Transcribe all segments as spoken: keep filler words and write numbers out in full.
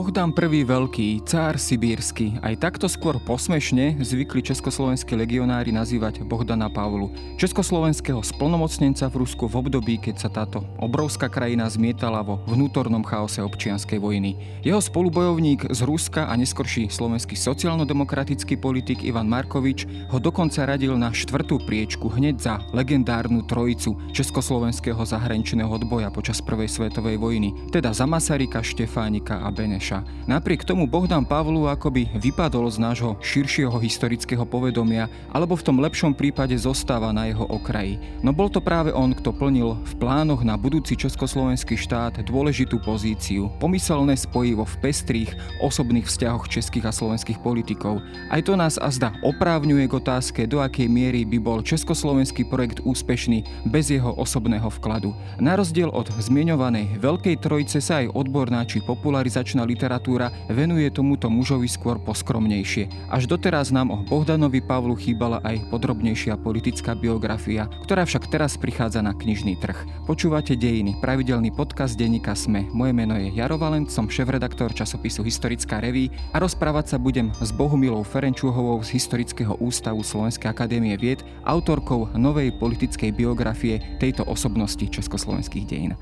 Bohdan I. Veľký, cár sibírsky, aj takto skôr posmešne zvykli československí legionári nazývať Bohdana Pavlu, československého splnomocnenca v Rusku v období, keď sa táto obrovská krajina zmietala vo vnútornom chaose občianskej vojny. Jeho spolubojovník z Ruska a neskorší slovenský sociálno-demokratický politik Ivan Markovič ho dokonca radil na štvrtú priečku hneď za legendárnu trojicu československého zahraničného odboja počas prvej svetovej vojny, teda za Masaryka, Štefánika a Beneša. Napriek tomu Bohdan Pavlu akoby vypadol z nášho širšieho historického povedomia, alebo v tom lepšom prípade zostáva na jeho okraji. No bol to práve on, kto plnil v plánoch na budúci československý štát dôležitú pozíciu, pomyselné spojivo v pestrých osobných vzťahoch českých a slovenských politikov. Aj to nás azda oprávňuje k otázke, do akej miery by bol československý projekt úspešný bez jeho osobného vkladu. Na rozdiel od zmieňovanej Veľkej trojice sa aj odborná či popularizačná literatúra venuje tomuto mužovi skôr poskromnejšie. Až doteraz nám o Bohdanovi Pavlu chýbala aj podrobnejšia politická biografia, ktorá však teraz prichádza na knižný trh. Počúvate Dejiny, pravidelný podcast denníka SME. Moje meno je Jaro Valent, som šéfredaktor časopisu Historická reví a rozprávať sa budem s Bohumilou Ferenčuhovou z Historického ústavu Slovenskej akadémie vied, autorkou novej politickej biografie tejto osobnosti československých dejín.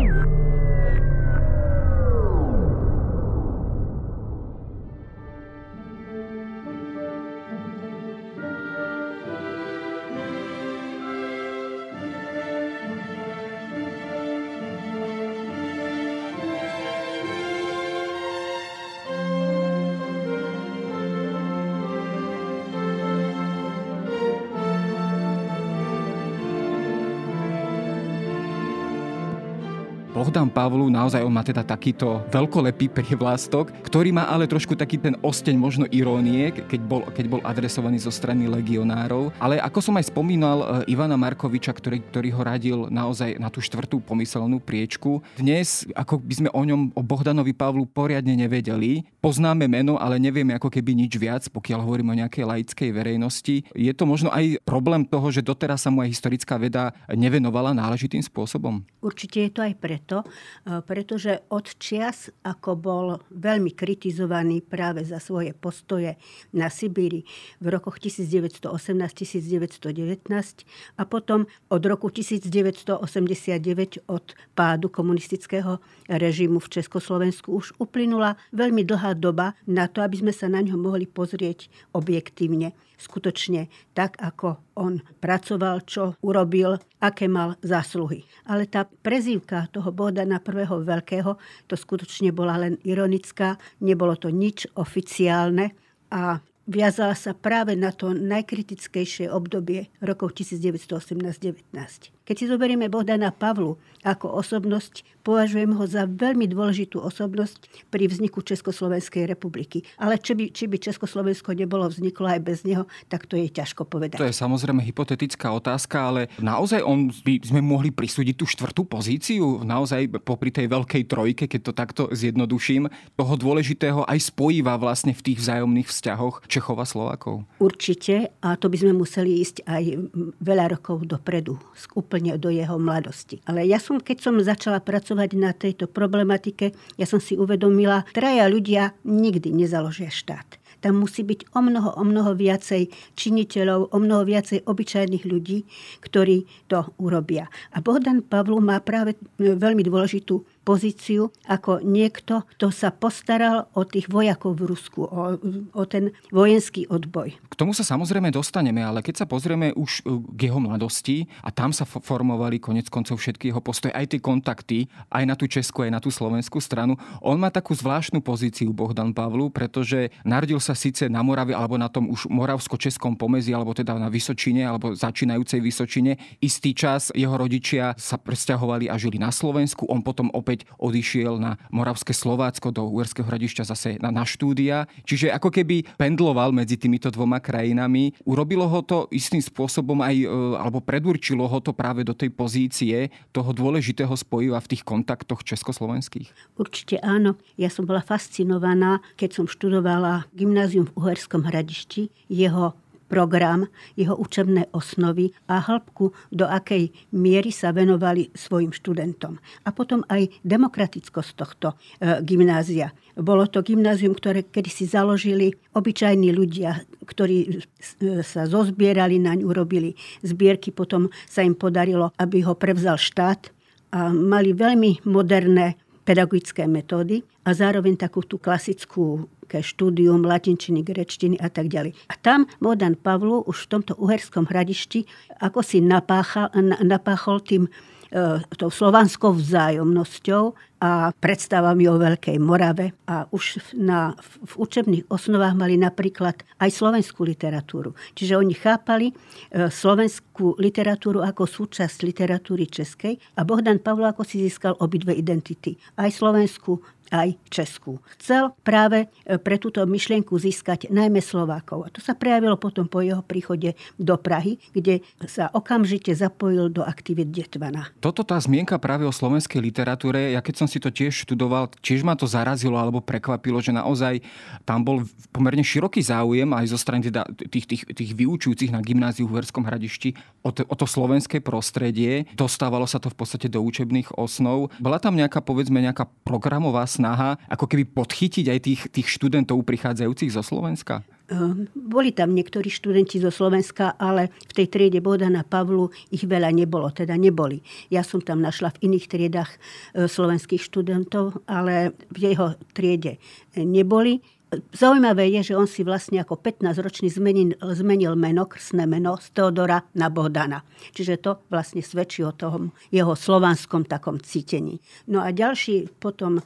Bohdan Pavlu, naozaj on má teda takýto veľkolepý prívlastok, ktorý má ale trošku taký ten osteň možno irónie, keď bol, keď bol adresovaný zo strany legionárov. Ale ako som aj spomínal Ivana Markoviča, ktorý, ktorý ho radil naozaj na tú štvrtú pomyselnú priečku. Dnes, ako by sme o ňom, o Bohdanovi Pavlu poriadne nevedeli. Poznáme meno, ale nevieme ako keby nič viac, pokiaľ hovoríme o nejakej laickej verejnosti. Je to možno aj problém toho, že doteraz sa mu aj historická veda nevenovala náležitým spôsobom? Určite je to aj preto, pretože od čias, ako bol veľmi kritizovaný práve za svoje postoje na Sibíri v rokoch devätnásťstoosemnásť devätnásťstodevätnásť a potom od roku devätnásťstoosemdesiatdeväť od pádu komunistického režimu v Československu už uplynula veľmi dlhá doba na to, aby sme sa na ňo mohli pozrieť objektívne. Skutočne tak, ako on pracoval, čo urobil, aké mal zásluhy. Ale tá prezývka toho Bohdana prvého Veľkého, to skutočne bola len ironická, nebolo to nič oficiálne a viazala sa práve na to najkritickejšie obdobie rokov devätnásťstoosemnásť devätnásť. Keď si zoberieme Bohdana Pavlu ako osobnosť, považujem ho za veľmi dôležitú osobnosť pri vzniku Československej republiky. Ale či by, či by Československo nebolo vzniklo aj bez neho, tak to je ťažko povedať. To je samozrejme hypotetická otázka, ale naozaj on by sme mohli prisúdiť tú štvrtú pozíciu, naozaj popri tej Veľkej trojke, keď to takto zjednoduším, toho dôležitého aj spojíva vlastne v tých vzájomných vzťahoch Čechov a Slovákov. Určite, a to by sme museli ísť aj veľa rokov dopredu, úplne do jeho mladosti. Ale ja som, keď som začala pracovať na tejto problematike, ja som si uvedomila, traja ľudia nikdy nezaložia štát. Tam musí byť o mnoho, o mnoho viacej činiteľov, o mnoho viacej obyčajných ľudí, ktorí to urobia. A Bohdan Pavlu má práve veľmi dôležitú pozíciu ako niekto, kto sa postaral o tých vojakov v Rusku, o, o ten vojenský odboj. K tomu sa samozrejme dostaneme, ale keď sa pozrieme už k jeho mladosti a tam sa formovali konec koncov všetky jeho postoje, aj tie kontakty, aj na tú českú, aj na tú slovenskú stranu, on má takú zvláštnu pozíciu Bohdan Pavlu, pretože narodil sa síce na Morave alebo na tom už moravsko-českom pomezí, alebo teda na Vysočine, alebo začínajúcej Vysočine. Istý čas jeho rodičia sa presťahovali a žili na Slovensku, on potom opäť odišiel na Moravské Slovácko do Uherského Hradišťa zase na, na štúdia. Čiže ako keby pendloval medzi týmito dvoma krajinami. Urobilo ho to istým spôsobom aj, alebo predurčilo ho to práve do tej pozície toho dôležitého spojiva v tých kontaktoch československých? Určite áno. Ja som bola fascinovaná, keď som študovala gymnázium v Uherskom Hradišti, jeho program, jeho učebné osnovy a hĺbku, do akej miery sa venovali svojim študentom. A potom aj demokratickosť tohto e, gymnázia. Bolo to gymnázium, ktoré kedysi založili obyčajní ľudia, ktorí sa zozbierali naň, urobili zbierky, potom sa im podarilo, aby ho prevzal štát a mali veľmi moderné pedagogické metódy a zároveň takú tú klasickú štúdium latinčiny, gréčtiny a tak ďalej. A tam Bohdan Pavlu už v tomto Uherskom Hradišti ako si napáchal, napáchol tým tou slovanskou vzájomnosťou a predstavami o Veľkej Morave. A už na, v učebných osnovách mali napríklad aj slovenskú literatúru. Čiže oni chápali slovenskú literatúru ako súčasť literatúry českej a Bohdan Pavlo ako si získal obidve identity. Aj slovenskú, aj českú. Chcel práve pre túto myšlienku získať najmä Slovákov. A to sa prejavilo potom po jeho príchode do Prahy, kde sa okamžite zapojil do aktivít Detvana. Toto tá zmienka práve o slovenskej literatúre, ja keď som si to tiež študoval, tiež ma to zarazilo alebo prekvapilo, že naozaj tam bol pomerne široký záujem aj zo strany teda tých, tých, tých vyučujúcich na gymnáziu v Uherskom Hradišti o to, o to slovenské prostredie. Dostávalo sa to v podstate do učebných osnov. Bola tam nejaká, povedzme, nejaká programová snaha ako keby podchytiť aj tých, tých študentov prichádzajúcich zo Slovenska? Boli tam niektorí študenti zo Slovenska, ale v tej triede Bohdana Pavlu ich veľa nebolo, teda neboli. Ja som tam našla v iných triedách slovenských študentov, ale v jeho triede neboli. Zaujímavé je, že on si vlastne ako pätnásťročný zmenil, zmenil meno, krstné meno z Teodora na Bohdana. Čiže to vlastne svedčí o tom jeho slovanskom takom cítení. No a ďalší potom,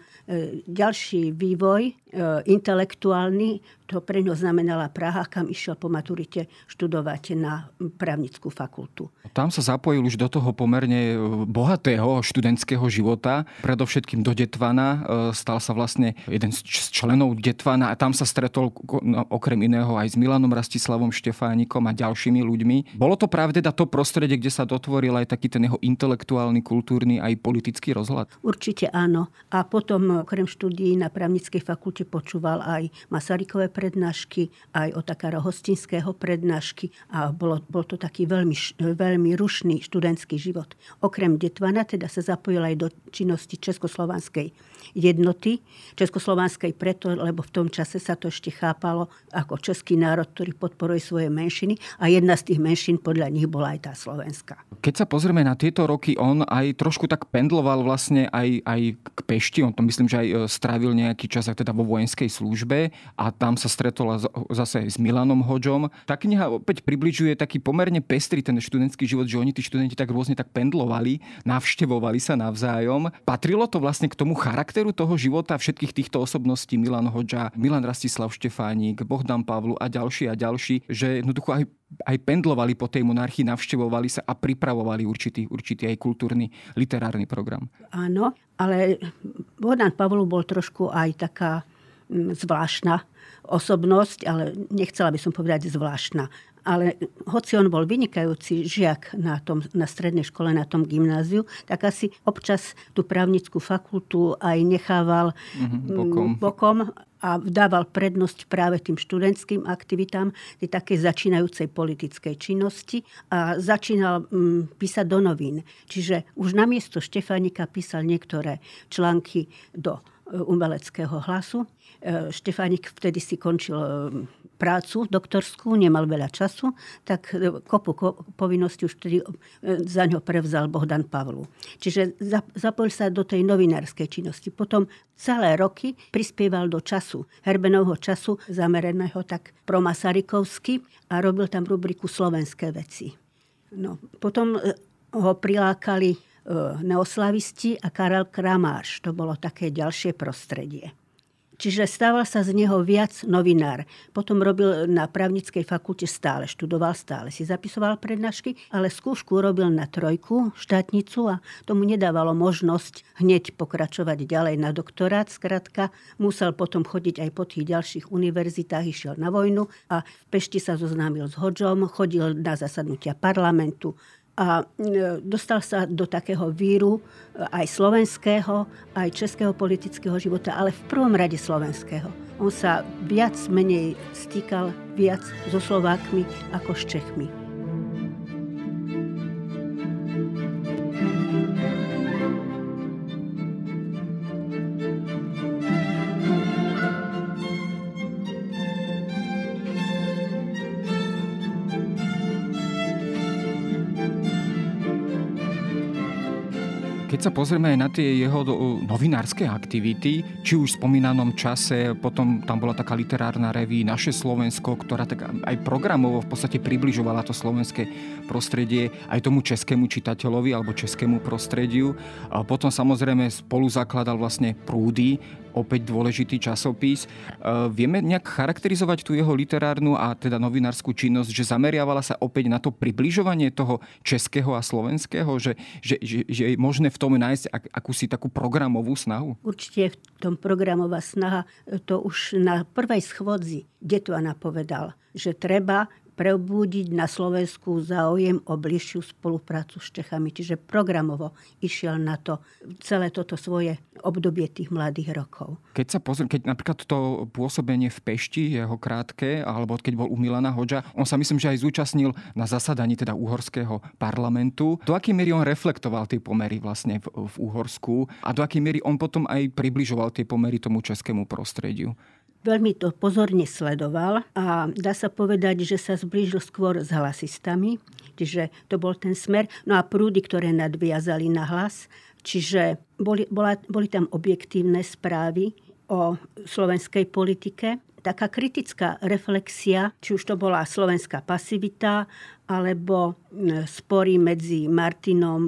ďalší vývoj intelektuálny, to pre ňo znamenala Praha, kam išiel po maturite študovať na právnickú fakultu. Tam sa zapojil už do toho pomerne bohatého študentského života, predovšetkým do Detvana. Stal sa vlastne jeden z členov Detvana a tam sa stretol okrem iného aj s Milanom Rastislavom Štefánikom a ďalšími ľuďmi. Bolo to práve teda to prostredie, kde sa dotvoril aj taký ten jeho intelektuálny, kultúrny aj politický rozhľad? Určite áno. A potom okrem štúdií na právnickej fakulte počúval aj Masarykové prednášky, aj Otakara Hostinského prednášky a bolo, bol to taký veľmi, veľmi rušný študentský život. Okrem Detvana teda sa zapojil aj do činnosti Československej jednoty. Československej preto, lebo v tom čase sa to ešte chápalo ako český národ, ktorý podporuje svoje menšiny a jedna z tých menšín podľa nich bola aj tá slovenská. Keď sa pozrieme na tieto roky, on aj trošku tak pendloval vlastne aj, aj k Pešti. On to myslím, že aj strávil nejaký čas teda vo vojenskej službe a tam sa stretol zase s Milanom Hodžom. Tá kniha opäť približuje taký pomerne pestrý ten študentský život, že oni tí študenti tak rôzne tak pendlovali, navštevovali sa navzájom. Patrilo to vlastne k tomu charakteru toho života všetkých týchto osobností, Milan Hodža, Milan Rastislav Štefánik, Bohdan Pavlu a ďalší a ďalší, že jednoducho aj aj pendlovali po tej monarchii, navštevovali sa a pripravovali určitý, určitý aj kultúrny, literárny program. Áno, ale Bohdan Pavlu bol trošku aj taká zvláštna osobnosť, ale nechcela by som povedať zvláštna. Ale hoci on bol vynikajúci žiak na, tom, na strednej škole, na tom gymnáziu, tak asi občas tú právnickú fakultu aj nechával mm-hmm, bokom. bokom a dával prednosť práve tým študentským aktivitám, tej takej začínajúcej politickej činnosti a začínal um, písať do novín. Čiže už namiesto Štefánika písal niektoré články do Umeleckého hlasu. Štefánik vtedy si končil prácu doktorskú, nemal veľa času, tak kopu povinností už vtedy za ňo prevzal Bohdan Pavlu. Čiže zapojil sa do tej novinárskej činnosti. Potom celé roky prispieval do času, Herbenovho času, zameraného tak promasarykovsky a robil tam rubriku Slovenské veci. No, potom ho prilákali neoslavisti a Karel Kramáš. To bolo také ďalšie prostredie. Čiže stával sa z neho viac novinár. Potom robil na právnickej fakulte stále, študoval stále, si zapisoval prednášky, ale skúšku robil na trojku, štátnicu a tomu nedávalo možnosť hneď pokračovať ďalej na doktorát. Skrátka, musel potom chodiť aj po tých ďalších univerzitách, išiel na vojnu a v Pešti sa zoznámil s Hodžom, chodil na zasadnutia parlamentu, a dostal sa do takého víru aj slovenského, aj českého politického života, ale v prvom rade slovenského. On sa viac menej stýkal viac so Slovákmi ako s Čechmi. Keď sa pozrieme aj na tie jeho novinárske aktivity, či už v spomínanom čase, potom tam bola taká literárna reví Naše Slovensko, ktorá tak aj programovo v podstate približovala to slovenské prostredie aj tomu českému čitateľovi alebo českému prostrediu. A potom samozrejme spolu zakladal vlastne Prúdy, opäť dôležitý časopis. Vieme nejak charakterizovať tú jeho literárnu a teda novinárskú činnosť, že zameriavala sa opäť na to približovanie toho českého a slovenského, že, že, že, že je možné v tom nájsť ak, akúsi takú programovú snahu? Určite v tom programová snaha, to už na prvej schôdzi Detva povedal, že treba prebudiť na Slovensku záujem o bližšiu spoluprácu s Čechami. Čiže programovo išiel na to celé toto svoje obdobie tých mladých rokov. Keď sa pozriem, keď napríklad to pôsobenie v Pešti, jeho krátke, alebo keď bol u Milana Hodža, on sa myslím, že aj zúčastnil na zasadaní teda uhorského parlamentu. Do akej miery on reflektoval tie pomery vlastne v, v Uhorsku a do akej miery on potom aj približoval tie pomery tomu českému prostrediu? Veľmi to pozorne sledoval a dá sa povedať, že sa zblížil skôr s hlasistami, čiže to bol ten smer. No a prúdy, ktoré nadviazali na hlas, čiže boli, bola, boli tam objektívne správy o slovenskej politike. Taká kritická reflexia, či už to bola slovenská pasivita, alebo spory medzi Martinom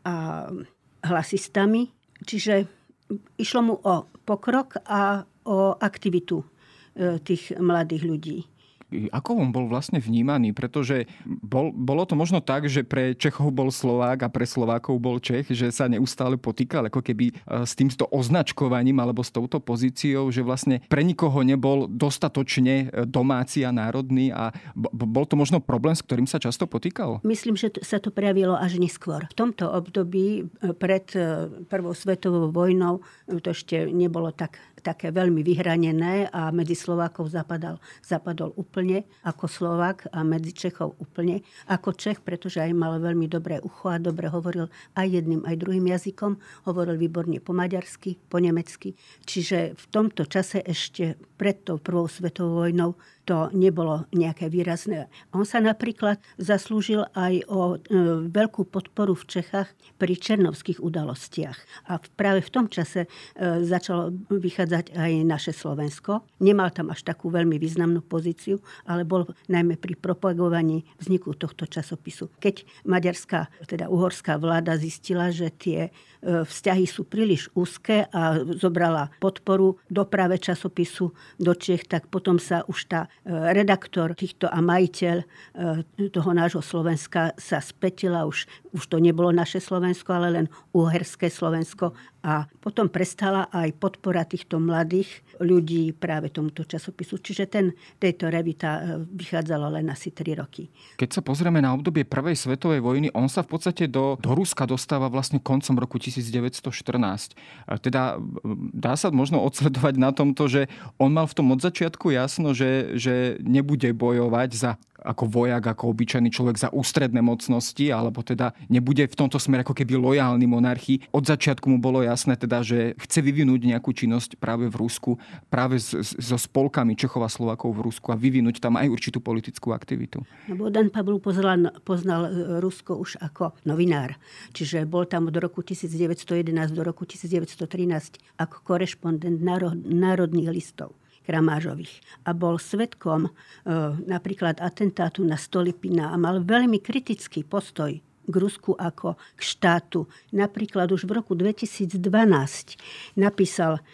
a hlasistami. Čiže išlo mu o pokrok a o aktivitu tých mladých ľudí. Ako on bol vlastne vnímaný? Pretože bol, bolo to možno tak, že pre Čechov bol Slovák a pre Slovákov bol Čech, že sa neustále potýkal ako keby s týmto označkovaním alebo s touto pozíciou, že vlastne pre nikoho nebol dostatočne domáci a národný a bol to možno problém, s ktorým sa často potýkal? Myslím, že sa to prejavilo až neskôr. V tomto období pred Prvou svetovou vojnou to ešte nebolo tak také veľmi vyhranené a medzi Slovákov zapadal, zapadol úplne ako Slovák a medzi Čechov úplne ako Čech, pretože aj mal veľmi dobré ucho a dobre hovoril aj jedným, aj druhým jazykom. Hovoril výborne po maďarsky, po nemecky. Čiže v tomto čase ešte pred tou Prvou svetovou vojnou to nebolo nejaké výrazné. On sa napríklad zaslúžil aj o e, veľkú podporu v Čechách pri černovských udalostiach. A práve v tom čase e, začalo vychádzať aj Naše Slovensko. Nemal tam až takú veľmi významnú pozíciu, ale bol najmä pri propagovaní vzniku tohto časopisu. Keď maďarská, teda uhorská vláda zistila, že tie e, vzťahy sú príliš úzke a zobrala podporu doprave časopisu do Čech, tak potom sa už tá redaktor týchto a majiteľ toho nášho Slovenska sa spätila. Už, už to nebolo Naše Slovensko, ale len uherské Slovensko. A potom prestala aj podpora týchto mladých ľudí práve tomuto časopisu. Čiže ten, tejto revita vychádzalo len asi tri roky. Keď sa pozrieme na obdobie Prvej svetovej vojny, on sa v podstate do, do Ruska dostáva vlastne koncom roku devätnásť štrnásť. Teda dá sa možno odsledovať na tomto, že on mal v tom od začiatku jasno, že, že nebude bojovať za ako vojak, ako obyčajný človek za ústredné mocnosti, alebo teda nebude v tomto smere ako keby lojálny monarchii. Od začiatku mu bolo jasné teda, že chce vyvinúť nejakú činnosť práve v Rusku, práve so spolkami Čechov a Slovákov v Rusku a vyvinúť tam aj určitú politickú aktivitu. No, Bohdan Pavlov poznal, poznal Rusko už ako novinár. Čiže bol tam od roku devätnásť jedenásť do roku devätnásť trinásť ako korešpondent národ, národných listov Kramážových. A bol svedkom e, napríklad atentátu na Stolypina a mal veľmi kritický postoj k Rusku ako k štátu. Napríklad už v roku dvetisícdvanásť napísal e,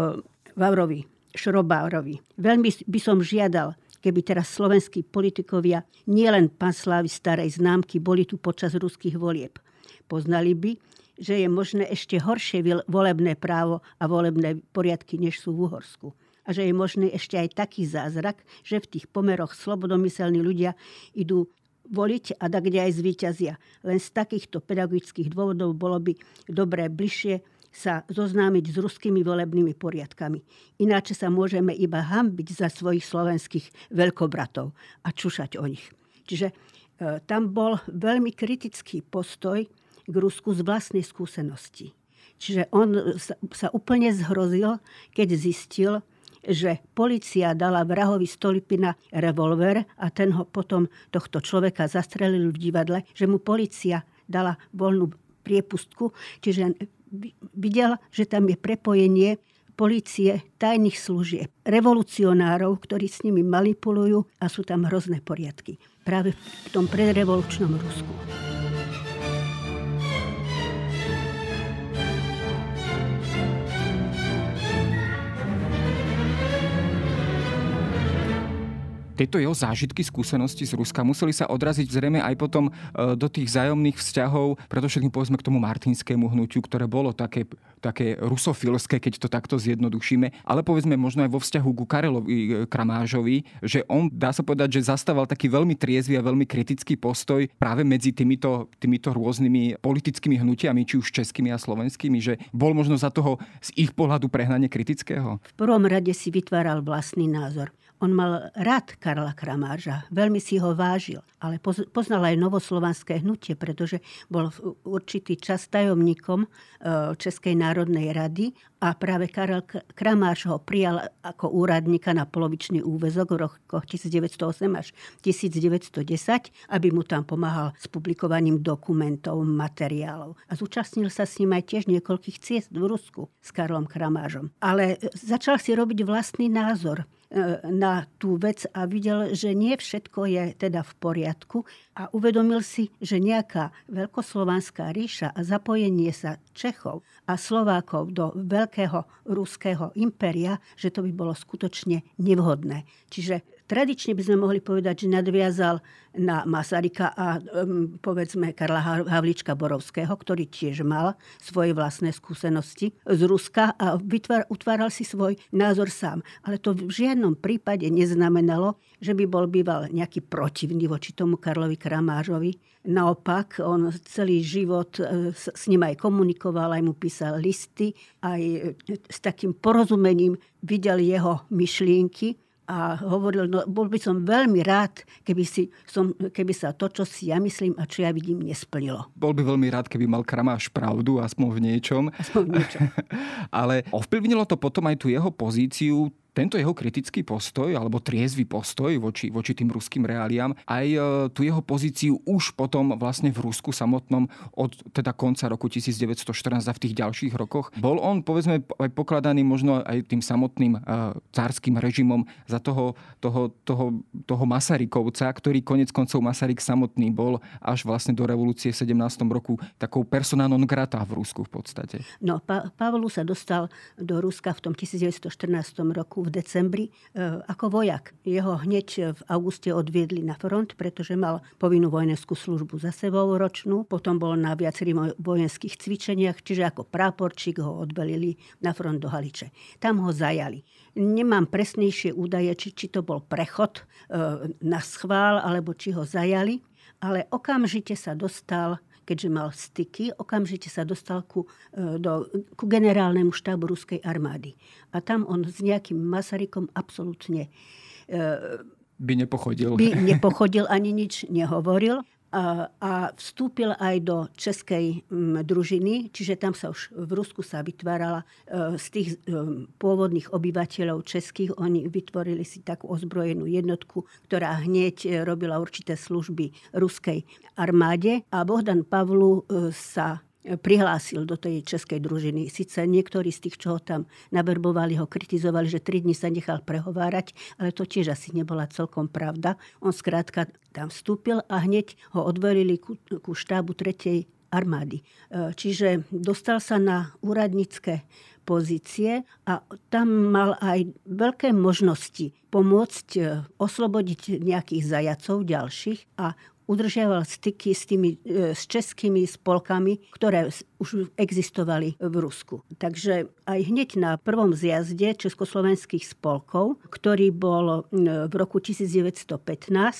Vavrovi, Šrobárovi. Veľmi by som žiadal, keby teraz slovenskí politikovia, nielen pán Slávy starej známky, boli tu počas ruských volieb. Poznali by, že je možné ešte horšie volebné právo a volebné poriadky, než sú v Uhorsku. A že je možný ešte aj taký zázrak, že v tých pomeroch slobodomyselní ľudia idú voliť a tak kde aj zvíťazia. Len z takýchto pedagogických dôvodov bolo by dobré bližšie sa zoznámiť s ruskými volebnými poriadkami. Ináč sa môžeme iba hanbiť za svojich slovenských veľkobratov a čušať o nich. Čiže e, tam bol veľmi kritický postoj k Rusku z vlastnej skúsenosti. Čiže on sa, sa úplne zhrozil, keď zistil, že polícia dala vrahovi Stolypina revolver a ten ho potom tohto človeka zastrelil v divadle, že mu polícia dala voľnú priepustku, čiže videl, že tam je prepojenie polície, tajných služieb, revolucionárov, ktorí s nimi manipulujú a sú tam hrozné poriadky. Práve v tom predrevolučnom Rusku. Tieto jeho zážitky, skúsenosti z Ruska museli sa odraziť zrejme aj potom do tých vzájomných vzťahov, predovšetkým povedzme k tomu martinskému hnutiu, ktoré bolo také, také rusofilské, keď to takto zjednodušíme, ale povedzme možno aj vo vzťahu ku Karelovi Kramážovi, že on, dá sa povedať, že zastával taký veľmi triezvy a veľmi kritický postoj práve medzi týmito, týmito rôznymi politickými hnutiami, či už českými a slovenskými, že bol možno za toho z ich pohľadu prehnane kritického. V prvom rade si vytváral vlastný názor. On mal rád Karla Kramáža, veľmi si ho vážil, ale poznal aj novoslovanské hnutie, pretože bol v určitý čas tajomníkom Českej národnej rady a práve Karel Kramáž ho prijal ako úradníka na polovičný úväzok v rokoch devätnásť osem až devätnásť desať, aby mu tam pomáhal s publikovaním dokumentov, materiálov. A zúčastnil sa s ním aj tiež niekoľkých ciest v Rusku s Karlom Kramážom. Ale začal si robiť vlastný názor na tú vec a videl, že nie všetko je teda v poriadku a uvedomil si, že nejaká veľkoslovanská ríša a zapojenie sa Čechov a Slovákov do veľkého ruského impéria, že to by bolo skutočne nevhodné. Čiže tradične by sme mohli povedať, že nadviazal na Masaryka a um, povedzme Karla Havlíčka Borovského, ktorý tiež mal svoje vlastné skúsenosti z Ruska a vytvár, utváral si svoj názor sám. Ale to v žiadnom prípade neznamenalo, že by bol býval nejaký protivný voči tomu Karlovi Kramážovi. Naopak, on celý život s, s ním aj komunikoval, aj mu písal listy, aj s takým porozumením videl jeho myšlienky. A hovoril, no bol by som veľmi rád, keby, si, som, keby sa to, čo si ja myslím a čo ja vidím, nesplnilo. Bol by veľmi rád, keby mal Kramáš pravdu, aspoň v niečom. Aspoň v niečom. Ale ovplyvnilo to potom aj tú jeho pozíciu, tento jeho kritický postoj, alebo triezvy postoj voči, voči tým ruským reáliám, aj e, tú jeho pozíciu už potom vlastne v Rusku samotnom od teda konca roku devätnásť štrnásť a v tých ďalších rokoch. Bol on, povedzme, aj pokladaný možno aj tým samotným e, cárskym režimom za toho, toho, toho, toho Masarykovca, ktorý konec koncov Masaryk samotný bol až vlastne do revolúcie v sedemnástom roku takou persona non grata v Rusku v podstate. No, pa- Pavolu sa dostal do Ruska v tom devätnásť štrnástom roku v decembri e, ako vojak. Jeho hneď v auguste odviedli na front, pretože mal povinnú vojenskú službu za sebou ročnú. Potom bol na viacerých vojenských cvičeniach, čiže ako práporčík ho odvelili na front do Haliče. Tam ho zajali. Nemám presnejšie údaje, či, či to bol prechod e, na schvál, alebo či ho zajali, ale okamžite sa dostal, keďže mal styky, okamžite sa dostal ku, do, ku generálnemu štábu ruskej armády. A tam on s nejakým Masarykom absolútne by nepochodil. By nepochodil, ani nič nehovoril. A, a vstúpil aj do českej m, družiny, čiže tam sa už v Rusku sa vytvárala e, z tých e, pôvodných obyvateľov českých. Oni vytvorili si takú ozbrojenú jednotku, ktorá hneď e, robila určité služby ruskej armáde. A Bohdan Pavlu e, sa prihlásil do tej českej družiny. Sice niektorí z tých, čo ho tam naverbovali, ho kritizovali, že tri dni sa nechal prehovárať, ale to tiež asi nebola celkom pravda. On skrátka tam vstúpil a hneď ho odvelili ku, ku štábu tretej armády. Čiže dostal sa na úradnícke pozície a tam mal aj veľké možnosti pomôcť oslobodiť nejakých zajacov ďalších a udržiaval styky s tými s českými spolkami, ktoré už existovali v Rusku. Takže aj hneď na prvom zjazde československých spolkov, ktorý bol v roku devätnásť pätnásť,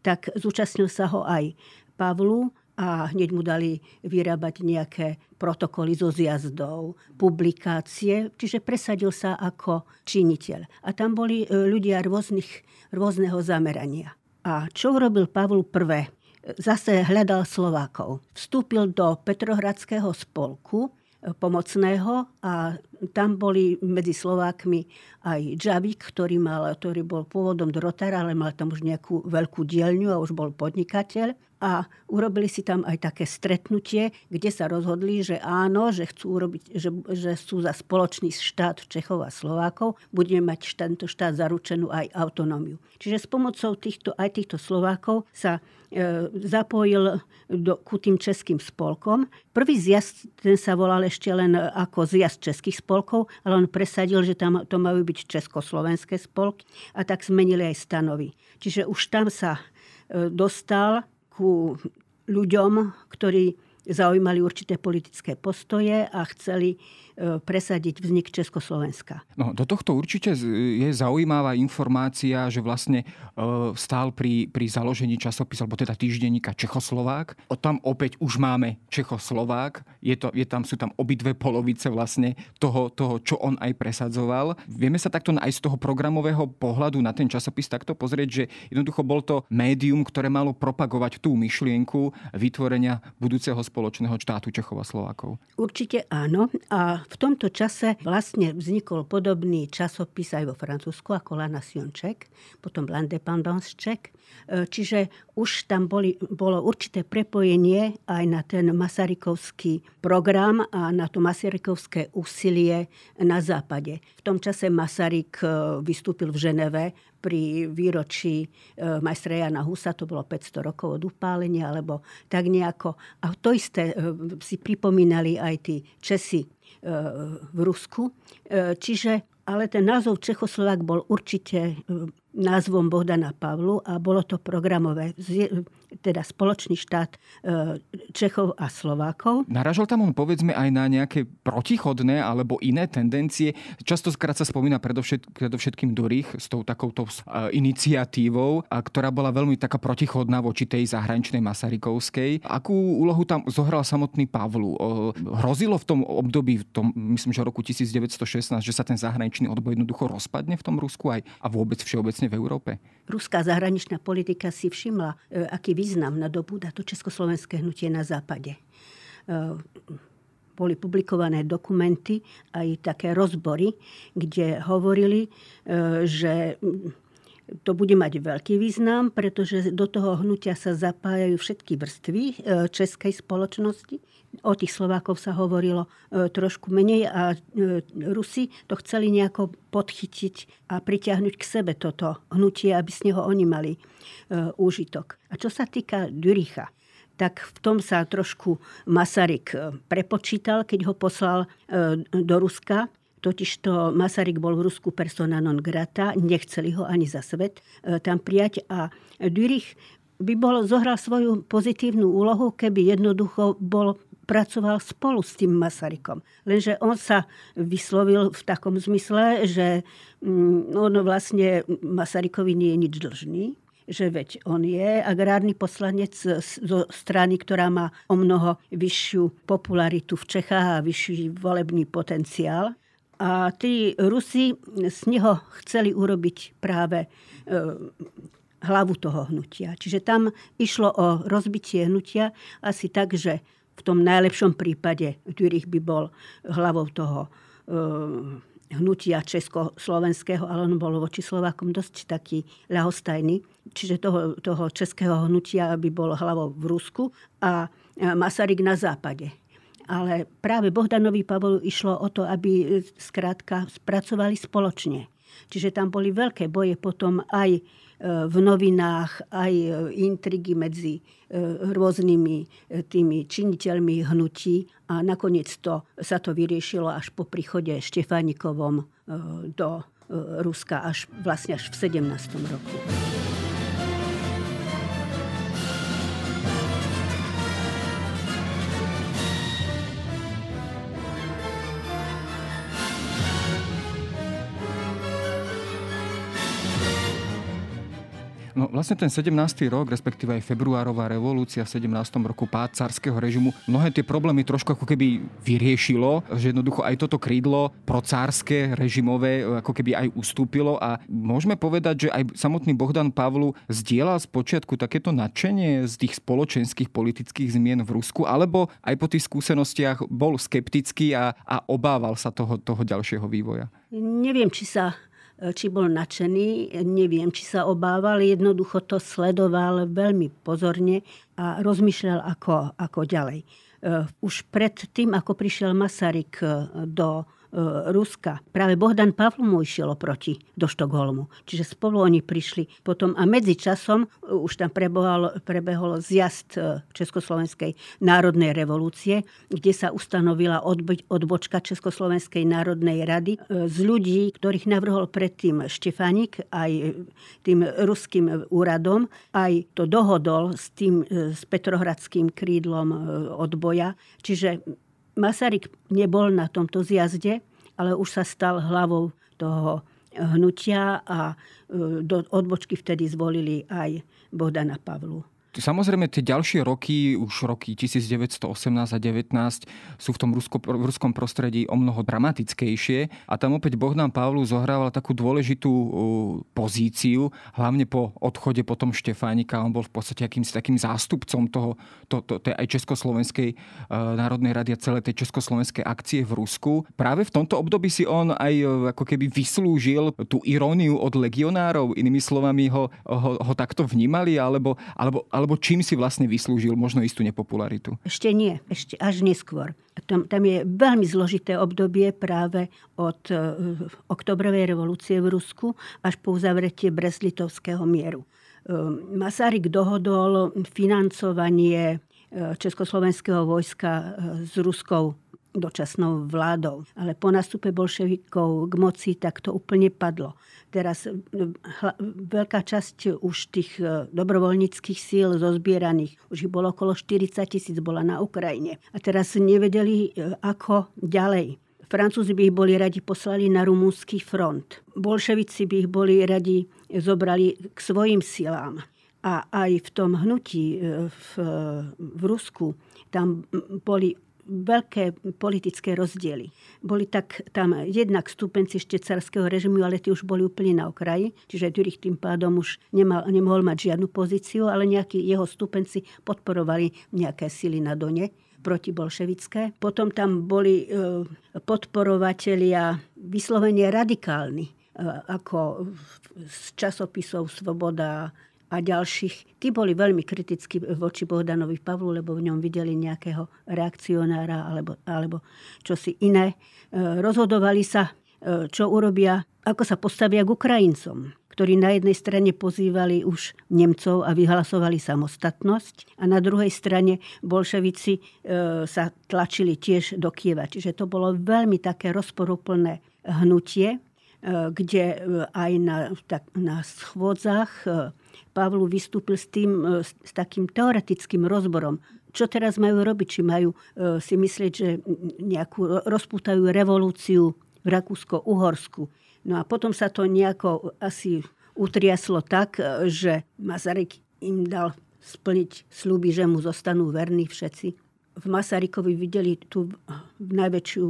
tak zúčastnil sa ho aj Pavlu a hneď mu dali vyrábať nejaké protokoly zo zjazdov, publikácie, čiže presadil sa ako činiteľ. A tam boli ľudia rôznych, rôzneho zamerania. A čo urobil Pavol prvé? Zase hľadal Slovákov. Vstúpil do Petrohradského spolku pomocného a tam boli medzi Slovákmi aj Džavík, ktorý, mal, ktorý bol pôvodom drotár, ale mal tam už nejakú veľkú dielňu a už bol podnikateľ. A urobili si tam aj také stretnutie, kde sa rozhodli, že áno, že chcú, urobiť, že, že sú za spoločný štát Čechov a Slovákov. Budeme mať tento štát zaručenú aj autonómiu. Čiže s pomocou týchto, aj týchto Slovákov sa e, zapojil do, ku tým českým spolkom. Prvý zjazd, ten sa volal ešte len ako zjazd českých spolkov, ale on presadil, že tam to majú byť československé spolky a tak zmenili aj stanovy. Čiže už tam sa e, dostal ku ľuďom, ktorí zaujímali určité politické postoje a chceli presadiť vznik Československa. No, do tohto určite je zaujímavá informácia, že vlastne e, stál pri, pri založení časopisu, alebo teda týždenníka Čechoslovák. O, tam opäť už máme Čechoslovák. Je to, je tam, sú tam obidve polovice vlastne toho, toho, čo on aj presadzoval. Vieme sa takto aj z toho programového pohľadu na ten časopis takto pozrieť, že jednoducho bol to médium, ktoré malo propagovať tú myšlienku vytvorenia budúceho spoločného štátu Čechov a Slovákov. Určite áno. A v tomto čase vlastne vznikol podobný časopis aj vo Francúzsku ako La Nation Ček, potom L'Indépendance Ček. Čiže už tam boli, bolo určité prepojenie aj na ten masarykovský program a na to masarykovské úsilie na západe. V tom čase Masaryk vystúpil v Ženeve pri výročí majstra Jana Husa, to bolo päťsto rokov od upálenia, alebo tak nejako. A to isté si pripomínali aj tí Česi v Rusku. Čiže, ale ten názov Čechoslovák bol určite názvom Bohdana Pavlu a bolo to programové, teda spoločný štát Čechov a Slovákov. Naražal tam on, povedzme, aj na nejaké protichodné alebo iné tendencie. Častokrát sa spomína predovšet, predovšetkým Durich s tou takouto iniciatívou, ktorá bola veľmi taká protichodná voči tej zahraničnej masarykovskej. Akú úlohu tam zohral samotný Pavlu? Hrozilo v tom období, v tom, myslím, že roku devätnásťstošestnásť, že sa ten zahraničný odboj jednoducho rozpadne v tom Rusku aj a vôbec všeobecne v Európe? Ruská zahraničná politika si všimla, aký význam nadobúda to československé hnutie na západe. Boli publikované dokumenty, aj také rozbory, kde hovorili, že to bude mať veľký význam, pretože do toho hnutia sa zapájajú všetky vrstvy českej spoločnosti. O tých Slovákov sa hovorilo trošku menej a Rusi to chceli nejako podchytiť a pritiahnuť k sebe toto hnutie, aby z neho oni mali úžitok. A čo sa týka Duricha, tak v tom sa trošku Masaryk prepočítal, keď ho poslal do Ruska. Totižto Masaryk bol v Rusku persona non grata, nechceli ho ani za svet tam prijať a Dürich by bol, zohral svoju pozitívnu úlohu, keby jednoducho bol pracoval spolu s tým Masarykom. Lenže on sa vyslovil v takom zmysle, že on vlastne Masarykovi nie je nič dlžný, že veď on je agrárny poslanec zo strany, ktorá má o mnoho vyššiu popularitu v Čechách a vyšší volebný potenciál. A tí Rusi z neho chceli urobiť práve e, hlavu toho hnutia. Čiže tam išlo o rozbitie hnutia asi tak, že v tom najlepšom prípade Dürich by bol hlavou toho e, hnutia československého, ale on bol voči Slovákom dosť taký ľahostajný. Čiže toho, toho českého hnutia by bol hlavou v Rusku a Masaryk na západe. Ale práve Bohdanovi Pavlu išlo o to, aby skrátka spracovali spoločne. Čiže tam boli veľké boje potom aj v novinách, aj intrigy medzi rôznymi tými činiteľmi hnutí a nakoniec to, sa to vyriešilo až po príchode Štefánikovom do Ruska, až vlastne až v sedemnástom roku. No vlastne ten sedemnásty rok, respektíve aj februárová revolúcia v sedemnástom roku, pád carského režimu, mnohé tie problémy trošku ako keby vyriešilo, že jednoducho aj toto krídlo procárske režimové ako keby aj ustúpilo a môžeme povedať, že aj samotný Bohdan Pavlu zdieľal spočiatku takéto nadšenie z tých spoločenských politických zmien v Rusku, alebo aj po tých skúsenostiach bol skeptický a, a obával sa toho, toho ďalšieho vývoja? Neviem, či sa či bol nadšený, neviem, či sa obával, jednoducho to sledoval veľmi pozorne a rozmýšľal, ako, ako ďalej. Už pred tým, ako prišiel Masaryk do Ruska, práve Bohdan Pavlu mu išiel oproti do Štokholmu. Čiže spolu oni prišli potom a medzi časom už tam prebehol, prebehol zjazd Československej národnej revolúcie, kde sa ustanovila odbočka Československej národnej rady z ľudí, ktorých navrhol predtým Štefánik aj tým ruským úradom, aj to dohodol s tým s petrohradským krídlom odboja. Čiže Masaryk nebol na tomto zjazde, ale už sa stal hlavou toho hnutia a do odbočky vtedy zvolili aj Bohdana Pavlu. Samozrejme, tie ďalšie roky, už roky devätnásťstoosemnásť a devätnásť sú v tom rusko, v ruskom prostredí o mnoho dramatickejšie a tam opäť Bohdan Pavlu zohrával takú dôležitú pozíciu, hlavne po odchode potom Štefánika. On bol v podstate akýmsi takým zástupcom toho, to, to, tej aj Československej národnej rady a celej tej československej akcie v Rusku. Práve v tomto období si on aj ako keby vyslúžil tú iróniu od legionárov, inými slovami ho, ho, ho takto vnímali, alebo, alebo, alebo Alebo čím si vlastne vyslúžil možno istú nepopularitu? Ešte nie, ešte až neskôr. Tam, tam je veľmi zložité obdobie práve od uh, oktobrovej revolúcie v Rusku až po uzavretie Brest-Litovského mieru. Uh, Masaryk dohodol financovanie uh, československého vojska uh, s ruskou dočasnou vládou. Ale po nástupe bolševikov k moci tak to úplne padlo. Teraz hla, veľká časť už tých dobrovoľníckych síl zozbieraných, už ich bolo okolo štyridsať tisíc, bola na Ukrajine. A teraz nevedeli, ako ďalej. Francúzi by ich boli radi poslali na rumúnsky front. Bolševici by ich boli radi zobrali k svojim silám. A aj v tom hnutí v, v Rusku tam boli veľké politické rozdiely. Boli tak tam jednak stúpenci ešte carského režimu, ale tí už boli úplne na okraji, čiže Dürich tým pádom už nemal, nemohol mať žiadnu pozíciu, ale nejakí jeho stúpenci podporovali nejaké sily na Done protibolševické. Potom tam boli e, podporovatelia vyslovene radikálni, e, ako z časopisov Svoboda a ďalších. Tí boli veľmi kritickí voči Bohdanovi Pavlu, lebo v ňom videli nejakého reakcionára alebo, alebo čosi iné. Rozhodovali sa, čo urobia, ako sa postavia k Ukrajincom, ktorí na jednej strane pozývali už Nemcov a vyhlasovali samostatnosť a na druhej strane bolševici sa tlačili tiež do Kieva. Čiže to bolo veľmi také rozporuplné hnutie, kde aj na, tak, na schôdzach Pavlu vystúpil s tým, s takým teoretickým rozborom. Čo teraz majú robiť? Či majú si myslieť, že nejakú rozpútajú revolúciu v Rakúsko-Uhorsku. No a potom sa to nejako asi utriaslo tak, že Masaryk im dal splniť sľuby, že mu zostanú verní všetci. V Masarykovi videli tú najväčšiu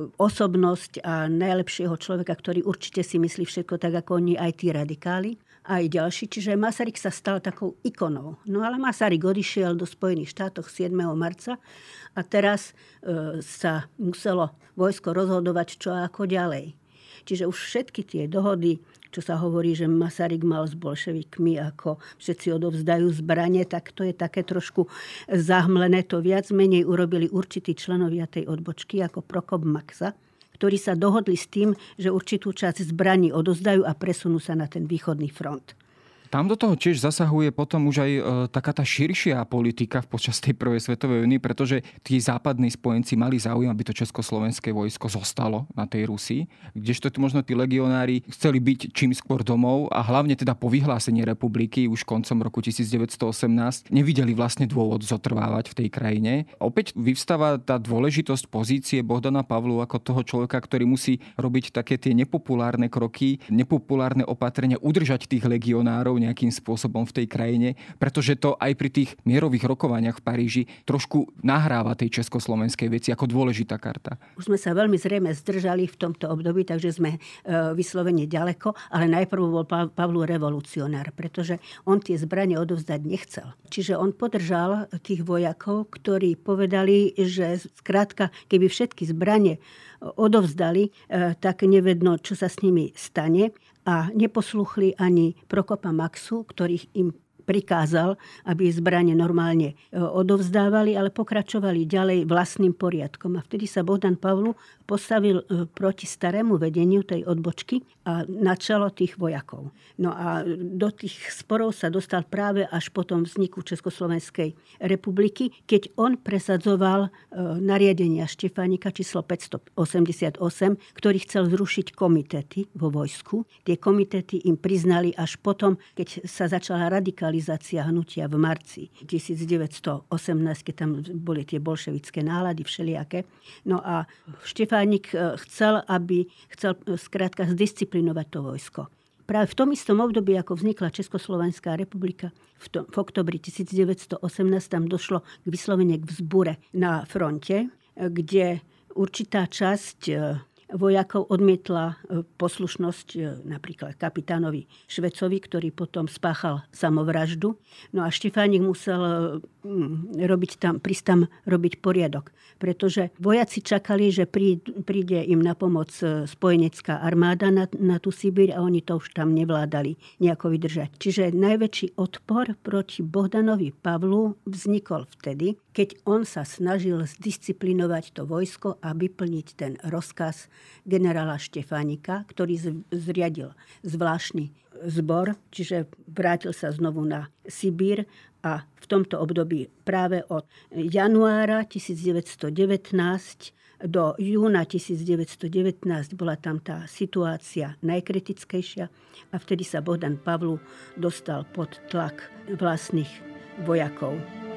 osobnosť a najlepšieho človeka, ktorý určite si myslí všetko tak, ako oni, aj tí radikáli, aj ďalší. Čiže Masaryk sa stal takou ikonou. No ale Masaryk odišiel do Spojených štátov siedmeho marca a teraz e, sa muselo vojsko rozhodovať, čo a ako ďalej. Čiže už všetky tie dohody, čo sa hovorí, že Masaryk mal s bolševikmi, ako všetci odovzdajú zbranie, tak to je také trošku zahmlené. To viac menej urobili určití členovia tej odbočky, ako Prokop Maksa, ktorí sa dohodli s tým, že určitú časť zbraní odovzdajú a presunú sa na ten východný front. Tam do toho tiež zasahuje potom už aj e, taká tá širšia politika počas tej prvej svetovej vojny, pretože tí západní spojenci mali záujem, aby to československé vojsko zostalo na tej Rusii, kdežto možno tí legionári chceli byť čím skôr domov a hlavne teda po vyhlásení republiky už koncom roku devätnásťstoosemnásť nevideli vlastne dôvod zotrvávať v tej krajine. Opäť vyvstáva tá dôležitosť pozície Bohdana Pavlu ako toho človeka, ktorý musí robiť také tie nepopulárne kroky, nepopulárne opatrenia, udržať tých legionárov, nejakým spôsobom v tej krajine, pretože to aj pri tých mierových rokovaniach v Paríži trošku nahráva tej československej veci ako dôležitá karta. Už sme sa veľmi zrejme zdržali v tomto období, takže sme vyslovene ďaleko, ale najprv bol Pavlu revolucionár, pretože on tie zbrane odovzdať nechcel. Čiže on podržal tých vojakov, ktorí povedali, že skrátka, keby všetky zbrane odovzdali, tak nevedno, čo sa s nimi stane. A neposluchli ani Prokopa Maxu, ktorých im prikázal, aby zbrane normálne odovzdávali, ale pokračovali ďalej vlastným poriadkom. A vtedy sa Bohdan Pavlu postavil proti starému vedeniu tej odbočky a na čelo tých vojakov. No a do tých sporov sa dostal práve až po tom vzniku Československej republiky, keď on presadzoval nariadenia Štefánika číslo päťstoosemdesiatosem, ktorý chcel zrušiť komitety vo vojsku. Tie komitety im priznali až potom, keď sa začala radikalizácia hnutia v marci devätnásťstoosemnásť, keď tam boli tie bolševické nálady všelijaké. No a Štefánik chcel, aby chcel skrátka zdisciplinovať to vojsko. Práve v tom istom období, ako vznikla Československá republika, v, tom, v oktobri devätnásťstoosemnásť tam došlo k vyslovene k vzbure na fronte, kde určitá časť vojakov odmietla poslušnosť napríklad kapitánovi Švecovi, ktorý potom spáchal samovraždu. No a Štefánik musel robiť tam, prísť tam robiť poriadok. Pretože vojaci čakali, že príde im na pomoc spojenecká armáda na, na tú Sibír a oni to už tam nevládali nejako vydržať. Čiže najväčší odpor proti Bohdanovi Pavlu vznikol vtedy, keď on sa snažil zdisciplinovať to vojsko a vyplniť ten rozkaz generála Štefánika, ktorý zriadil zvláštny zbor, čiže vrátil sa znovu na Sibír a v tomto období práve od januára devätnásťstodevätnásť do júna devätnásťstodevätnásť bola tam tá situácia najkritickejšia a vtedy sa Bohdan Pavlu dostal pod tlak vlastných vojakov.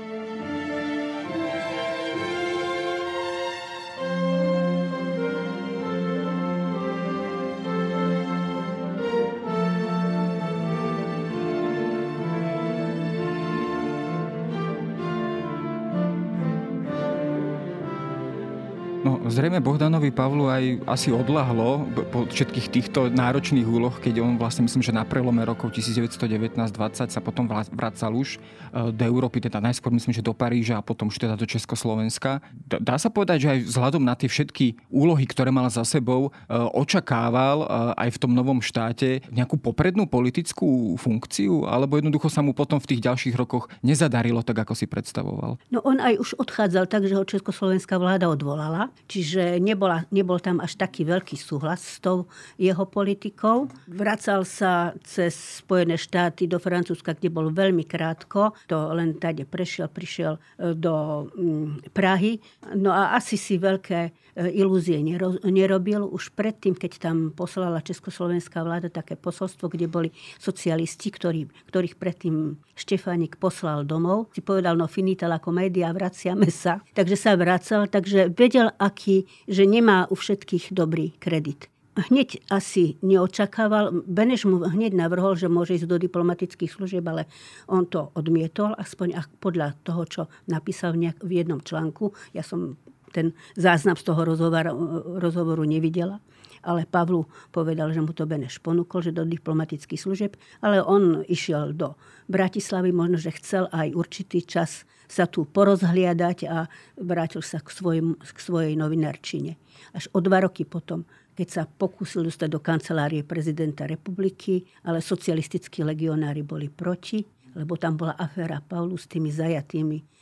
No, zrejme Bohdanovi Pavlu aj asi odľahlo po všetkých týchto náročných úloh, keď on vlastne, myslím, že na prelome rokov devätnásťstodevätnásť dvadsať sa potom vracal už do Európy, teda najskôr myslím, že do Paríža a potom už teda do Československa. Dá sa povedať, že aj vzhľadom na tie všetky úlohy, ktoré mal za sebou, očakával aj v tom novom štáte nejakú poprednú politickú funkciu, alebo jednoducho sa mu potom v tých ďalších rokoch nezadarilo tak, ako si predstavoval? No on aj už odchádzal tak, že ho československá vláda odvolala. Čiže nebola, nebol tam až taký veľký súhlas s tou jeho politikou. Vracal sa cez Spojené štáty do Francúzska, kde bol veľmi krátko. To len tady prešiel, prišiel do Prahy. No a asi si veľké ilúzie nerobil. Už predtým, keď tam poslala československá vláda také posolstvo, kde boli socialisti, ktorí, ktorých predtým Štefánik poslal domov. Si povedal, no finita la comedia, vraciame sa. Takže sa vracal, takže vedel, aký, že nemá u všetkých dobrý kredit. Hneď asi neočakával. Beneš mu hneď navrhol, že môže ísť do diplomatických služieb, ale on to odmietol, aspoň podľa toho, čo napísal v, nejak, v jednom článku. Ja som ten záznam z toho rozhovoru, rozhovoru nevidela. Ale Pavlu povedal, že mu to Beneš ponúkol, že do diplomatických služieb, ale on išiel do Bratislavy, možno, že chcel aj určitý čas sa tu porozhliadať a vrátil sa k, svojim, k svojej novinárčine. Až o dva roky potom, keď sa pokúsil dostať do kancelárie prezidenta republiky, ale socialistickí legionári boli proti, lebo tam bola aféra Pavlu s tými zajatými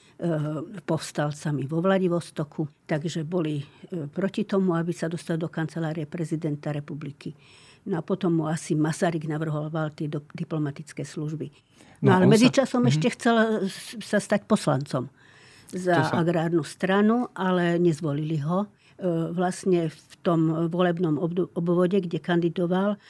povstalcami vo Vladivostoku, takže boli proti tomu, aby sa dostal do kancelárie prezidenta republiky. No a potom mu asi Masaryk navrhoval tie diplomatické služby. No, no ale medzičasom sa... ešte chcel sa stať poslancom za sa... agrárnu stranu, ale nezvolili ho. Vlastne v tom volebnom obvode, kde kandidoval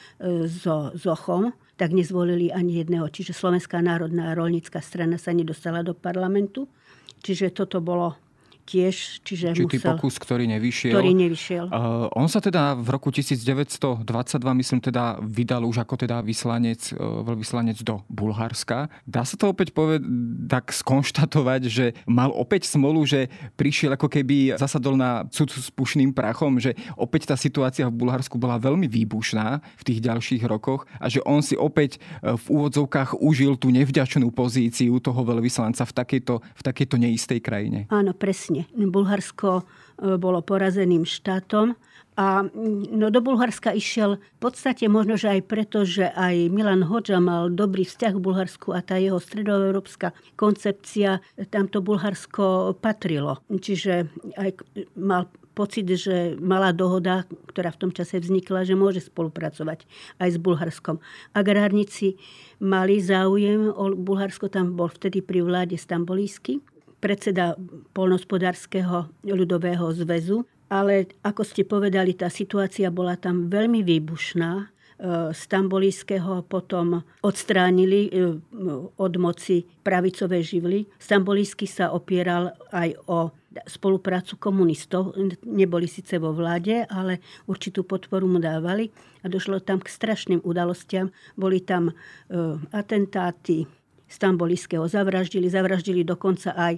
so Zochom, tak nezvolili ani jedného. Čiže Slovenská národná roľnícka strana sa nedostala do parlamentu. Čiže toto bolo tiež, čiže Určitý musel... pokus, ktorý nevyšiel. Ktorý nevyšiel. Uh, on sa teda v roku devätnásťstodvadsaťdva, myslím, teda vydal už ako teda vyslanec, uh, veľvyslanec do Bulharska. Dá sa to opäť poved- tak skonštatovať, že mal opäť smolu, že prišiel ako keby zasadol na cud s pušným prachom, že opäť tá situácia v Bulharsku bola veľmi výbušná v tých ďalších rokoch a že on si opäť v úvodzovkách užil tú nevďačnú pozíciu toho veľvyslanca v takejto, v takejto neistej krajine. Áno, presne. Bulharsko bolo porazeným štátom a no, do Bulharska išiel v podstate možno, že aj preto, že aj Milan Hodža mal dobrý vzťah k Bulharsku a tá jeho stredoeurópska koncepcia, tamto Bulharsko patrilo. Čiže aj mal pocit, že malá dohoda, ktorá v tom čase vznikla, že môže spolupracovať aj s Bulharskom. Agrárnici mali záujem o Bulharsko, tam bol vtedy pri vláde Stambolísky, predseda poľnohospodárskeho ľudového zväzu. Ale ako ste povedali, tá situácia bola tam veľmi výbušná. Stambolískeho potom odstránili od moci pravicové živly. Stambolísky sa opieral aj o spoluprácu komunistov. Neboli síce vo vláde, ale určitú podporu mu dávali. A došlo tam k strašným udalostiam. Boli tam atentáty. Stambolískeho zavraždili. Zavraždili dokonca aj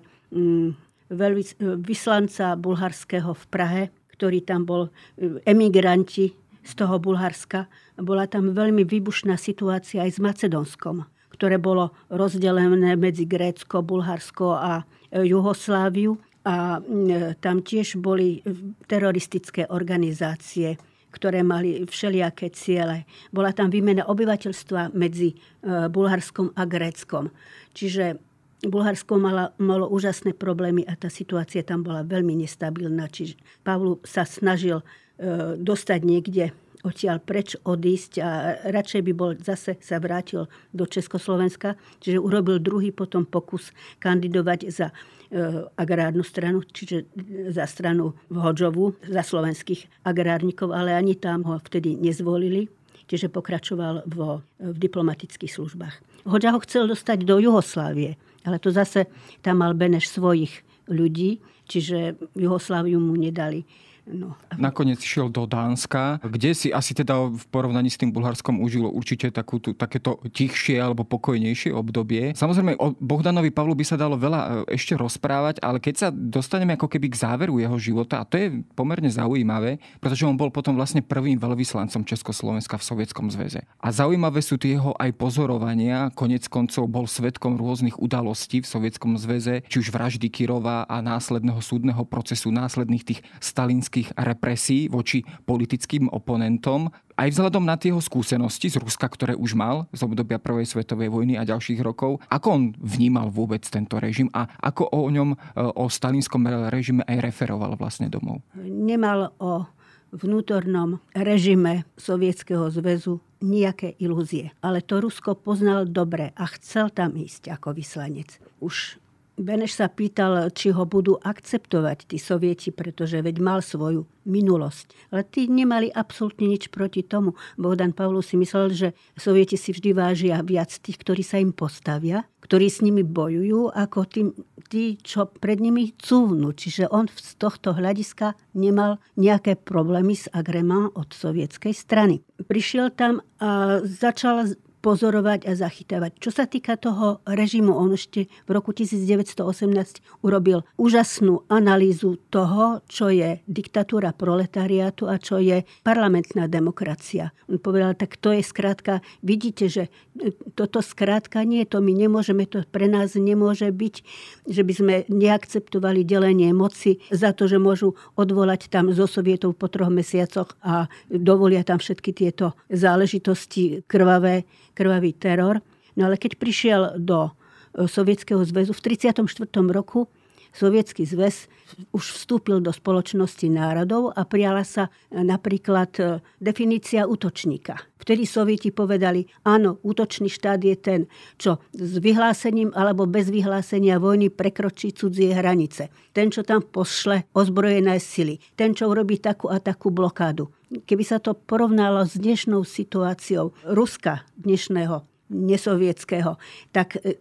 vyslanca bulharského v Prahe, ktorý tam bol, emigranti z toho Bulharska. Bola tam veľmi výbušná situácia aj s Macedónskom, ktoré bolo rozdelené medzi Grécko, Bulharsko a Jugosláviu. A tam tiež boli teroristické organizácie, ktoré mali všelijaké ciele. Bola tam výmena obyvateľstva medzi Bulharskom a Gréckom. Čiže Bulharsko malo, malo úžasné problémy a tá situácia tam bola veľmi nestabilná. Čiže Pavlu sa snažil e, dostať niekde odtiaľ preč, odísť a radšej by bol zase sa vrátil do Československa. Čiže urobil druhý potom pokus kandidovať za e, agrárnu stranu, čiže za stranu Hodžovu, za slovenských agrárnikov, ale ani tam ho vtedy nezvolili. Čiže pokračoval vo, v diplomatických službách. Hodža ho chcel dostať do Juhoslávie, ale to zase tam mal Beneš svojich ľudí, čiže Jugosláviu mu nedali. No. Nakoniec išiel do Dánska, kde si asi teda v porovnaní s tým Bulharskom užilo určite takú, tú, takéto tichšie alebo pokojnejšie obdobie. Samozrejme, o Bohdanovi Pavlu by sa dalo veľa ešte rozprávať, ale keď sa dostaneme ako keby k záveru jeho života, a to je pomerne zaujímavé, pretože on bol potom vlastne prvým veľvyslancom Československa v Sovietskom zväze. A zaujímavé sú tie jeho aj pozorovania, konec koncov bol svedkom rôznych udalostí v Sovietskom zväze, či už vraždy Kirova a následného súdneho procesu, následných tých stalinských represí voči politickým oponentom. Aj vzhľadom na tie jeho skúsenosti z Ruska, ktoré už mal z obdobia Prvej svetovej vojny a ďalších rokov, ako on vnímal vôbec tento režim a ako o ňom, o stalinskom režime aj referoval vlastne domov? Nemal o vnútornom režime Sovietskeho zväzu nejaké ilúzie. Ale to Rusko poznal dobre a chcel tam ísť ako vyslanec. Už Beneš sa pýtal, či ho budú akceptovať tí Sovieti, pretože veď mal svoju minulosť. Ale tí nemali absolútne nič proti tomu. Bohdan Pavlu si myslel, že Sovieti si vždy vážia viac tých, ktorí sa im postavia, ktorí s nimi bojujú, ako tým, tí, čo pred nimi cúvnu. Čiže on z tohto hľadiska nemal nejaké problémy s agrement od sovietskej strany. Prišiel tam a začal pozorovať a zachytávať. Čo sa týka toho režimu, on ešte v roku devätnásť osemnásť urobil úžasnú analýzu toho, čo je diktatúra proletariátu a čo je parlamentná demokracia. On povedal, tak to je skrátka, vidíte, že toto skrátka nie, to my nemôžeme, to pre nás nemôže byť, že by sme neakceptovali delenie moci za to, že môžu odvolať tam zo Sovietov po troch mesiacoch a dovolia tam všetky tieto záležitosti krvavé, krvavý teror. No ale keď prišiel do Sovietskeho zväzu v tridsiatom štvrtom roku, Sovietsky zväz už vstúpil do spoločnosti národov a prijala sa napríklad definícia útočníka. Vtedy Sovieti povedali, áno, útočný štát je ten, čo s vyhlásením alebo bez vyhlásenia vojny prekročí cudzie hranice. Ten, čo tam pošle ozbrojené sily. Ten, čo urobí takú a takú blokádu. Keby sa to porovnalo s dnešnou situáciou Ruska dnešného, nesovietského, tak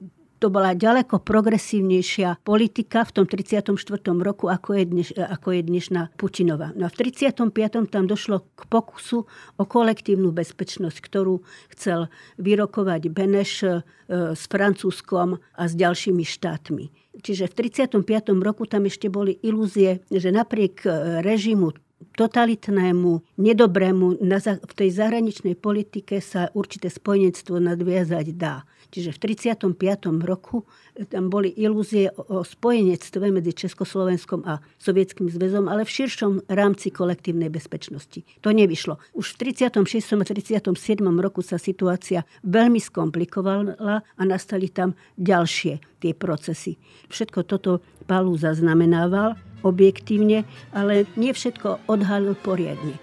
to bola ďaleko progresívnejšia politika v tom tridsiatom štvrtom roku, ako je, dneš, ako je dnešná Putinova. No a v tridsiatom piatom tam došlo k pokusu o kolektívnu bezpečnosť, ktorú chcel vyrokovať Beneš e, s Francúzskom a s ďalšími štátmi. Čiže v tridsiatom piatom roku tam ešte boli ilúzie, že napriek režimu totalitnému, nedobrému, v tej zahraničnej politike sa určité spojenectvo nadviazať dá. Čiže v tridsiatom piatom roku tam boli ilúzie o spojenectve medzi Československom a Sovietským zväzom, ale v širšom rámci kolektívnej bezpečnosti. To nevyšlo. Už v tridsiatom šiestom a tridsiatom siedmom roku sa situácia veľmi skomplikovala a nastali tam ďalšie tie procesy. Všetko toto Pavlu zaznamenával objektívne, ale nie všetko odhalil poriadne.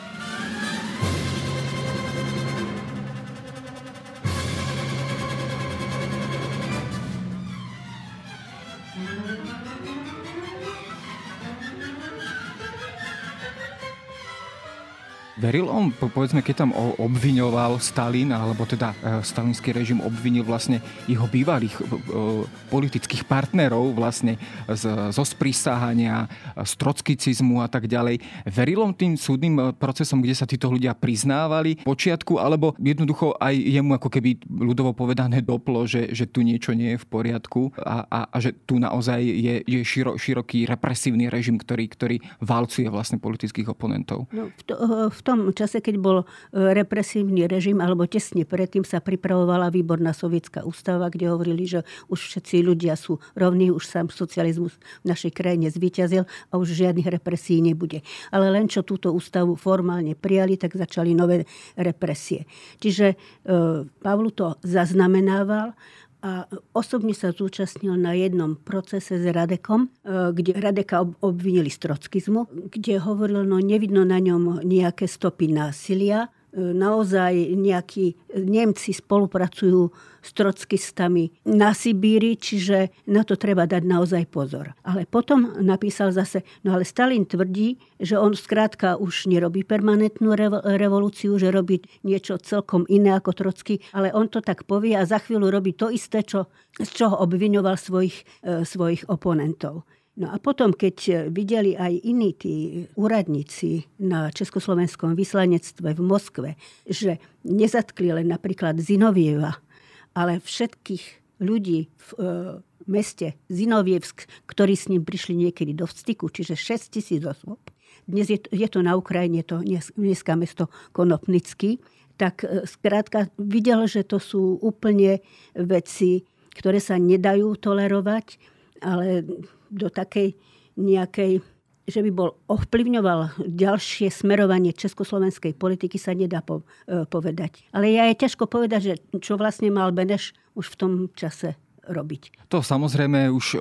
Veril on, povedzme, keď tam obviňoval Stalin, alebo teda stalinský režim obvinil vlastne jeho bývalých politických partnerov vlastne zo sprísahania, z trockicizmu a tak ďalej. Veril on tým súdnym procesom, kde sa títo ľudia priznávali v počiatku, alebo jednoducho aj jemu ako keby ľudovo povedané doplo, že, že tu niečo nie je v poriadku a, a, a že tu naozaj je, je širo, široký represívny režim, ktorý, ktorý válcuje vlastne politických oponentov? No, v, to, v tom V tom čase, keď bol represívny režim, alebo tesne predtým sa pripravovala výborná sovietská ústava, kde hovorili, že už všetci ľudia sú rovní, už sám socializmus v našej krajine zvíťazil a už žiadnych represí nebude. Ale len čo túto ústavu formálne prijali, tak začali nové represie. Čiže e, Pavlu to zaznamenával a osobne sa zúčastnil na jednom procese s Radekom, kde Radeka obvinili z trockizmu, kde hovoril, no nevidno na ňom nejaké stopy násilia. Naozaj nejakí Nemci spolupracujú s trockistami na Sibíri, čiže na to treba dať naozaj pozor. Ale potom napísal zase, no ale Stalin tvrdí, že on skrátka už nerobí permanentnú revolúciu, že robí niečo celkom iné ako Trocký, ale on to tak povie a za chvíľu robí to isté, čo, z čoho obviňoval svojich, e, svojich oponentov. No a potom, keď videli aj iní tí úradníci na československom vyslanectve v Moskve, že nezatkli len napríklad Zinovieva, ale všetkých ľudí v e, meste Zinovievsk, ktorí s ním prišli niekedy do styku, čiže šesť tisíc osôb. Dnes je to, je to na Ukrajine, to dneska mesto Konopnický, tak e, skrátka videl, že to sú úplne veci, ktoré sa nedajú tolerovať, ale do takej nejakej, že by bol ovplyvňoval ďalšie smerovanie československej politiky, sa nedá po, e, povedať. Ale ja je ťažko povedať, že čo vlastne mal Beneš už v tom čase robiť. To samozrejme už,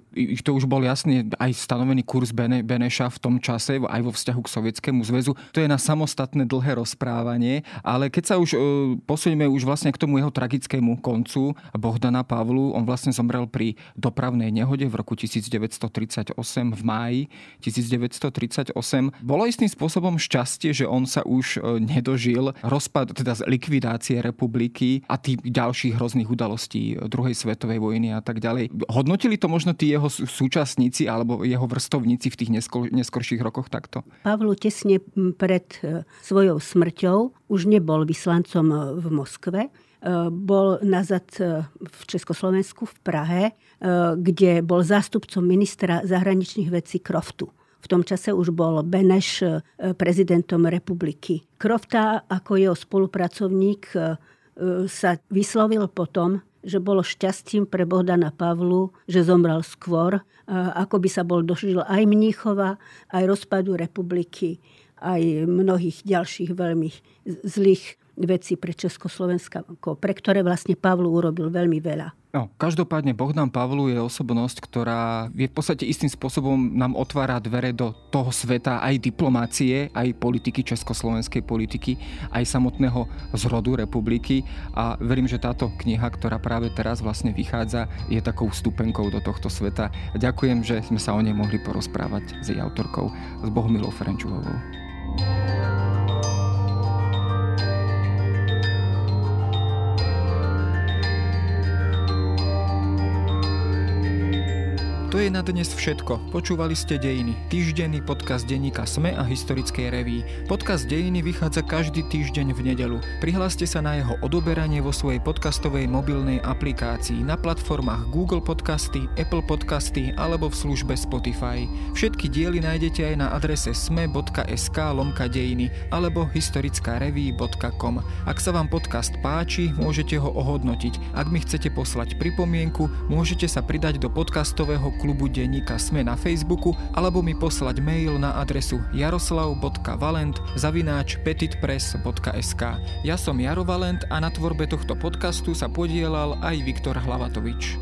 to už bol jasne aj stanovený kurz Bene, Beneša v tom čase, aj vo vzťahu k Sovietskému zväzu. To je na samostatné dlhé rozprávanie, ale keď sa už posunieme už vlastne k tomu jeho tragickému koncu Bohdana Pavlu, on vlastne zomrel pri dopravnej nehode v roku devätnásťtridsaťosem, v máji devätnásťtridsaťosem. Bolo istým spôsobom šťastie, že on sa už nedožil rozpad, teda likvidácie republiky a tých ďalších hrozných udalostí druhej svetovej vojny a tak ďalej. Hodnotili to možno tí jeho súčasníci alebo jeho vrstovníci v tých neskôr, neskorších rokoch takto? Pavlu tesne pred svojou smrťou už nebol vyslancom v Moskve. Bol nazad v Československu, v Prahe, kde bol zástupcom ministra zahraničných vecí Kroftu. V tom čase už bol Beneš prezidentom republiky. Krofta ako jeho spolupracovník sa vyslovil potom, že bolo šťastím pre Bohdana Pavlu, že zomrel skôr, ako by sa bol dožil aj Mníchova, aj rozpadu republiky, aj mnohých ďalších veľmi zlých vecí pre Československo, pre ktoré vlastne Pavlu urobil veľmi veľa. No, každopádne Bohdan Pavlu je osobnosť, ktorá je v podstate istým spôsobom nám otvára dvere do toho sveta aj diplomácie, aj politiky, československej politiky, aj samotného zrodu republiky. A verím, že táto kniha, ktorá práve teraz vlastne vychádza, je takou vstupenkou do tohto sveta. Ďakujem, že sme sa o nej mohli porozprávať s jej autorkou, s Bohumilou Ferenčuhovou. To je na dnes všetko. Počúvali ste Dejiny, týždenný podcast denníka SME a Historickej reví. Podcast Dejiny vychádza každý týždeň v nedeľu. Prihláste sa na jeho odoberanie vo svojej podcastovej mobilnej aplikácii na platformách Google Podcasty, Apple Podcasty alebo v službe Spotify. Všetky diely nájdete aj na adrese sme.sk lomka dejiny alebo historickareví bodka com. Ak sa vám podcast páči, môžete ho ohodnotiť. Ak mi chcete poslať pripomienku, môžete sa pridať do podcastového klubu denníka SME na Facebooku alebo mi poslať mail na adresu jaroslav bodka valent zavináč petitpress bodka es ká. Ja som Jaro Valent a na tvorbe tohto podcastu sa podielal aj Viktor Hlavatovič.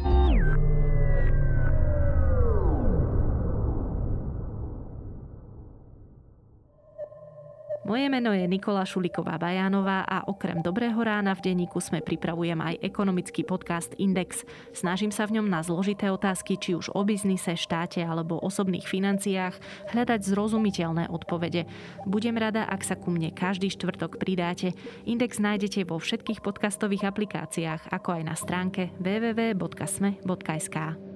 Moje meno je Nikola Šuliková-Bajánová a okrem Dobrého rána v denníku SME pripravujem aj ekonomický podcast Index. Snažím sa v ňom na zložité otázky, či už o biznise, štáte alebo osobných financiách, hľadať zrozumiteľné odpovede. Budem rada, ak sa ku mne každý štvrtok pridáte. Index nájdete vo všetkých podcastových aplikáciách, ako aj na stránke w w w bodka sme bodka es ká.